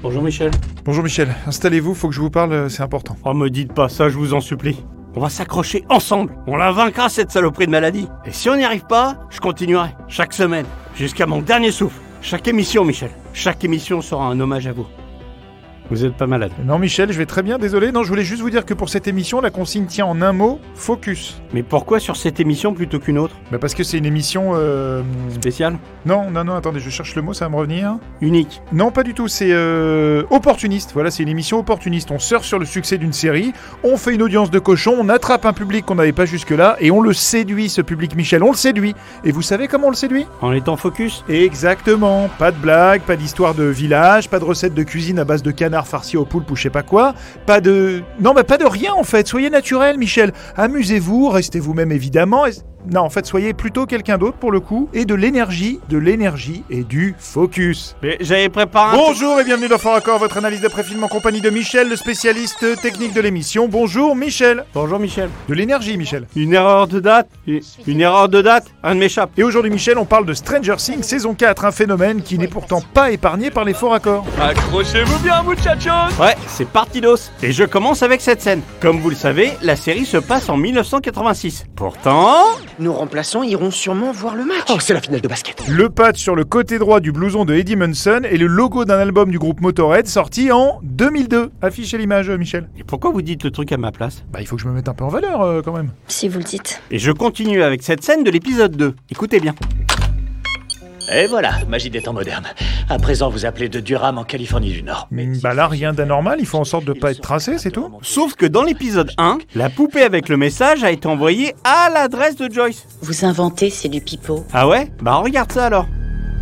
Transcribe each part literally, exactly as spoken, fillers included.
Bonjour Michel. Bonjour Michel, installez-vous, faut que je vous parle, c'est important. Oh, me dites pas ça, je vous en supplie. On va s'accrocher ensemble. On la vaincra, cette saloperie de maladie. Et si on n'y arrive pas, je continuerai. Chaque semaine, jusqu'à mon dernier souffle. Chaque émission, Michel. Chaque émission sera un hommage à vous. Vous êtes pas malade? Non Michel, je vais très bien, désolé. Non, je voulais juste vous dire que pour cette émission, la consigne tient en un mot, focus. Mais pourquoi sur cette émission plutôt qu'une autre? Bah parce que c'est une émission... Euh... Spéciale? Non, non, non, attendez, je cherche le mot, ça va me revenir. Unique? Non, pas du tout, c'est euh... opportuniste. Voilà, c'est une émission opportuniste. On surfe sur le succès d'une série, on fait une audience de cochon, on attrape un public qu'on n'avait pas jusque-là, et on le séduit, ce public Michel, on le séduit. Et vous savez comment on le séduit? En étant focus? Exactement. Pas de blague, pas d'histoire de village, pas de recette de cuisine à base de canard farci au poulpe ou je sais pas quoi, pas de... Non, mais pas de rien en fait, soyez naturel Michel, amusez-vous, restez vous-même évidemment, et... Non, en fait, soyez plutôt quelqu'un d'autre pour le coup, et de l'énergie, de l'énergie et du focus. Mais j'avais préparé un... Bonjour et bienvenue dans Fort Accord, votre analyse de pré-film en compagnie de Michel, le spécialiste technique de l'émission. Bonjour Michel. Bonjour Michel. De l'énergie Michel. Une erreur de date? Une, une erreur de date? Un de m'échappe. Et aujourd'hui Michel, on parle de Stranger Things saison quatre, un phénomène qui n'est pourtant pas épargné par les Fort Accords. Accrochez-vous bien muchachos. Ouais, c'est parti d'os. Et je commence avec cette scène. Comme vous le savez, la série se passe en mille neuf cent quatre-vingt-six. Pourtant... Nos remplaçants iront sûrement voir le match. Oh, c'est la finale de basket. Le patch sur le côté droit du blouson de Eddie Munson est le logo d'un album du groupe Motorhead sorti en deux mille deux. Affichez l'image, Michel. Et pourquoi vous dites le truc à ma place? Bah, il faut que je me mette un peu en valeur, euh, quand même. Si vous le dites. Et je continue avec cette scène de l'épisode deux. Écoutez bien. Et voilà, magie des temps modernes. À présent, vous appelez de Durham en Californie du Nord. Mais bah là, rien d'anormal, il faut en sorte de pas être tracé, c'est tout. Sauf que dans l'épisode un, la poupée avec le message a été envoyée à l'adresse de Joyce. Vous inventez, c'est du pipeau. Ah ouais? Bah regarde ça alors.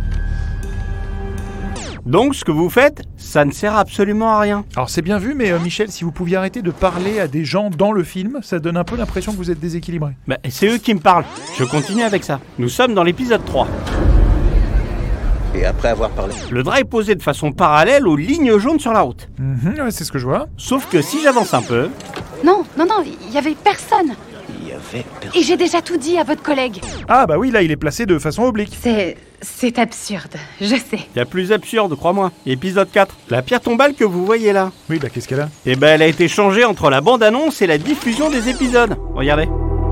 Donc ce que vous faites, ça ne sert absolument à rien. Alors c'est bien vu, mais euh, Michel, si vous pouviez arrêter de parler à des gens dans le film, ça donne un peu l'impression que vous êtes déséquilibré. Bah c'est eux qui me parlent. Je continue avec ça. Nous sommes dans l'épisode trois. Et après avoir parlé... Le drap est posé de façon parallèle aux lignes jaunes sur la route. Mmh, ouais, c'est ce que je vois. Sauf que si j'avance un peu... Non, non, non, il y avait personne. Il y avait personne. Et j'ai déjà tout dit à votre collègue. Ah bah oui, là il est placé de façon oblique. C'est... c'est absurde, je sais. Il y a plus absurde, crois-moi. Épisode quatre. La pierre tombale que vous voyez là. Oui, bah qu'est-ce qu'elle a? Eh ben elle a été changée entre la bande-annonce et la diffusion des épisodes. Regardez.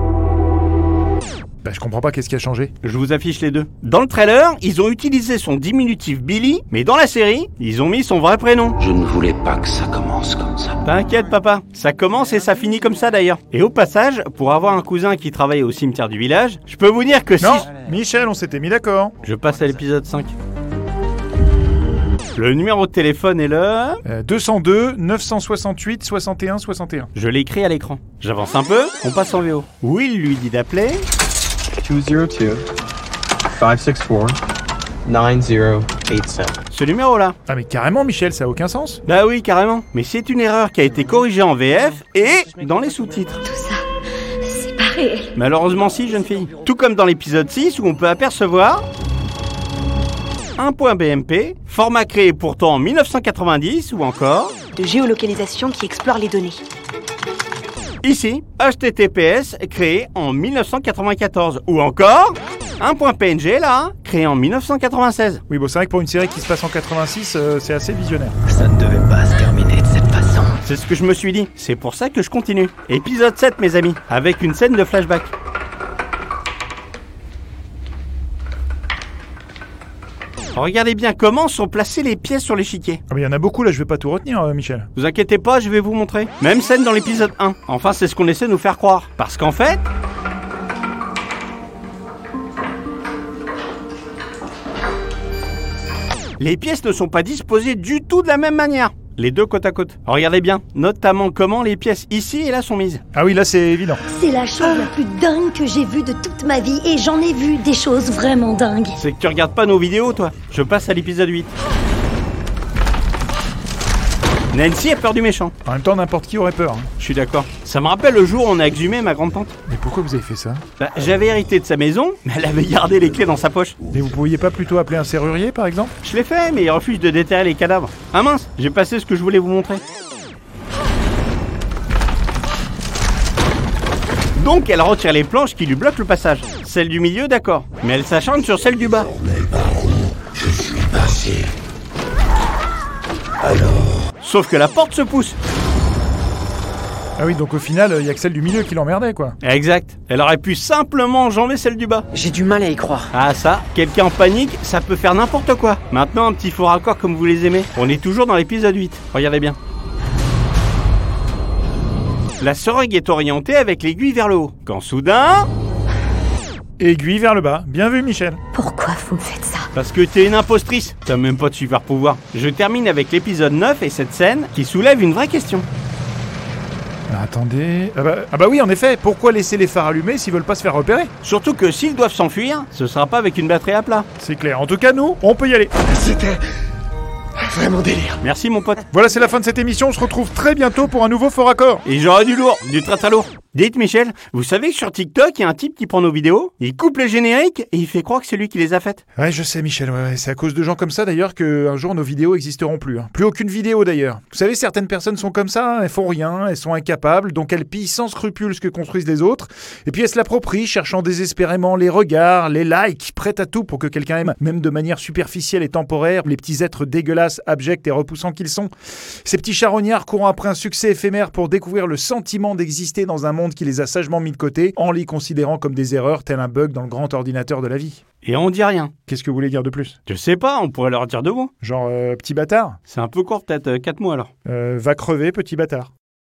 Bah je comprends pas qu'est-ce qui a changé. Je vous affiche les deux. Dans le trailer, ils ont utilisé son diminutif Billy, mais dans la série, ils ont mis son vrai prénom. Je ne voulais pas que ça commence comme ça. T'inquiète papa, ça commence et ça finit comme ça d'ailleurs. Et au passage, pour avoir un cousin qui travaille au cimetière du village, je peux vous dire que Non, si... Michel, on s'était mis d'accord. Je passe à l'épisode cinq. Le numéro de téléphone est le... Euh, deux cent deux, neuf cent soixante-huit, soixante et un, soixante et un. Je l'ai écrit à l'écran. J'avance un peu, on passe en V O. Will lui dit d'appeler... two zero two, five six four, nine zero eight seven. Ce numéro-là. Ah mais carrément Michel, ça a aucun sens. Bah oui, carrément. Mais c'est une erreur qui a été corrigée en V F et dans les sous-titres. Tout ça, c'est pas réel. Malheureusement si, jeune fille. Tout comme dans l'épisode six où on peut apercevoir... un point B M P, format créé pourtant en mille neuf cent quatre-vingt-dix ou encore... de géolocalisation qui explore les données. Ici, H T T P S créé en mille neuf cent quatre-vingt-quatorze ou encore... un point P N G là, créé en mille neuf cent quatre-vingt-seize. Oui bon c'est vrai que pour une série qui se passe en quatre-vingt-six, euh, c'est assez visionnaire. Ça ne devait pas se terminer de cette façon. C'est ce que je me suis dit, c'est pour ça que je continue. Épisode sept mes amis, avec une scène de flashback. Regardez bien comment sont placées les pièces sur l'échiquier. Ah mais il y en a beaucoup là, je vais pas tout retenir euh, Michel. Vous inquiétez pas, je vais vous montrer. Même scène dans l'épisode un. Enfin, c'est ce qu'on essaie de nous faire croire. Parce qu'en fait... les pièces ne sont pas disposées du tout de la même manière. Les deux côte à côte. Regardez bien, notamment comment les pièces ici et là sont mises. Ah oui, là c'est évident. C'est la chose la plus dingue que j'ai vue de toute ma vie et j'en ai vu des choses vraiment dingues. C'est que tu regardes pas nos vidéos, toi. Je passe à l'épisode huit. Nancy a peur du méchant. En même temps, n'importe qui aurait peur. Hein. Je suis d'accord. Ça me rappelle le jour où on a exhumé ma grande-tante. Mais pourquoi vous avez fait ça? Bah, j'avais hérité de sa maison, mais elle avait gardé les clés dans sa poche. Mais vous pourriez pas plutôt appeler un serrurier, par exemple? Je l'ai fait, mais il refuse de déterrer les cadavres. Ah mince, j'ai passé ce que je voulais vous montrer. Donc elle retire les planches qui lui bloquent le passage. Celle du milieu, d'accord. Mais elle s'acharne sur celle du bas. Mais par où je suis passé? Alors Sauf que la porte se pousse. Ah oui, donc au final, il y a que celle du milieu qui l'emmerdait, quoi. Exact. Elle aurait pu simplement enjamber celle du bas. J'ai du mal à y croire. Ah ça, quelqu'un en panique, ça peut faire n'importe quoi. Maintenant, un petit faux raccord comme vous les aimez. On est toujours dans l'épisode huit. Regardez bien. La seringue est orientée avec l'aiguille vers le haut. Quand soudain... Aiguille vers le bas. Bien vu, Michel. Pourquoi vous me faites ça? Parce que t'es une impostrice. T'as même pas de super pouvoir. Je termine avec l'épisode neuf et cette scène qui soulève une vraie question. Ah, attendez... Ah bah, ah bah oui, en effet, pourquoi laisser les phares allumés s'ils veulent pas se faire repérer? Surtout que s'ils doivent s'enfuir, ce sera pas avec une batterie à plat. C'est clair. En tout cas, nous, on peut y aller. C'était vraiment délire. Merci mon pote. Voilà, c'est la fin de cette émission. On se retrouve très bientôt pour un nouveau fort raccord. Et j'aurai du lourd, du très très lourd. Dites Michel, vous savez que sur TikTok, il y a un type qui prend nos vidéos, il coupe les génériques et il fait croire que c'est lui qui les a faites. Ouais, je sais, Michel. Ouais, ouais. C'est à cause de gens comme ça, d'ailleurs, qu'un jour nos vidéos existeront plus. Hein. Plus aucune vidéo, d'ailleurs. Vous savez, certaines personnes sont comme ça, elles font rien, elles sont incapables, donc elles pillent sans scrupule ce que construisent les autres, et puis elles se l'approprient, cherchant désespérément les regards, les likes, prêtes à tout pour que quelqu'un aime, même de manière superficielle et temporaire, les petits êtres dégueulasses, abjects et repoussants qu'ils sont. Ces petits charognards courant après un succès éphémère pour découvrir le sentiment d'exister dans un monde qui les a sagement mis de côté, en les considérant comme des erreurs, tel un bug dans le grand ordinateur de la vie. Et on dit rien. Qu'est-ce que vous voulez dire de plus? Je sais pas, on pourrait leur dire deux mots. Genre, euh, petit bâtard? C'est un peu court, peut-être quatre mots alors. Euh, va crever, petit bâtard.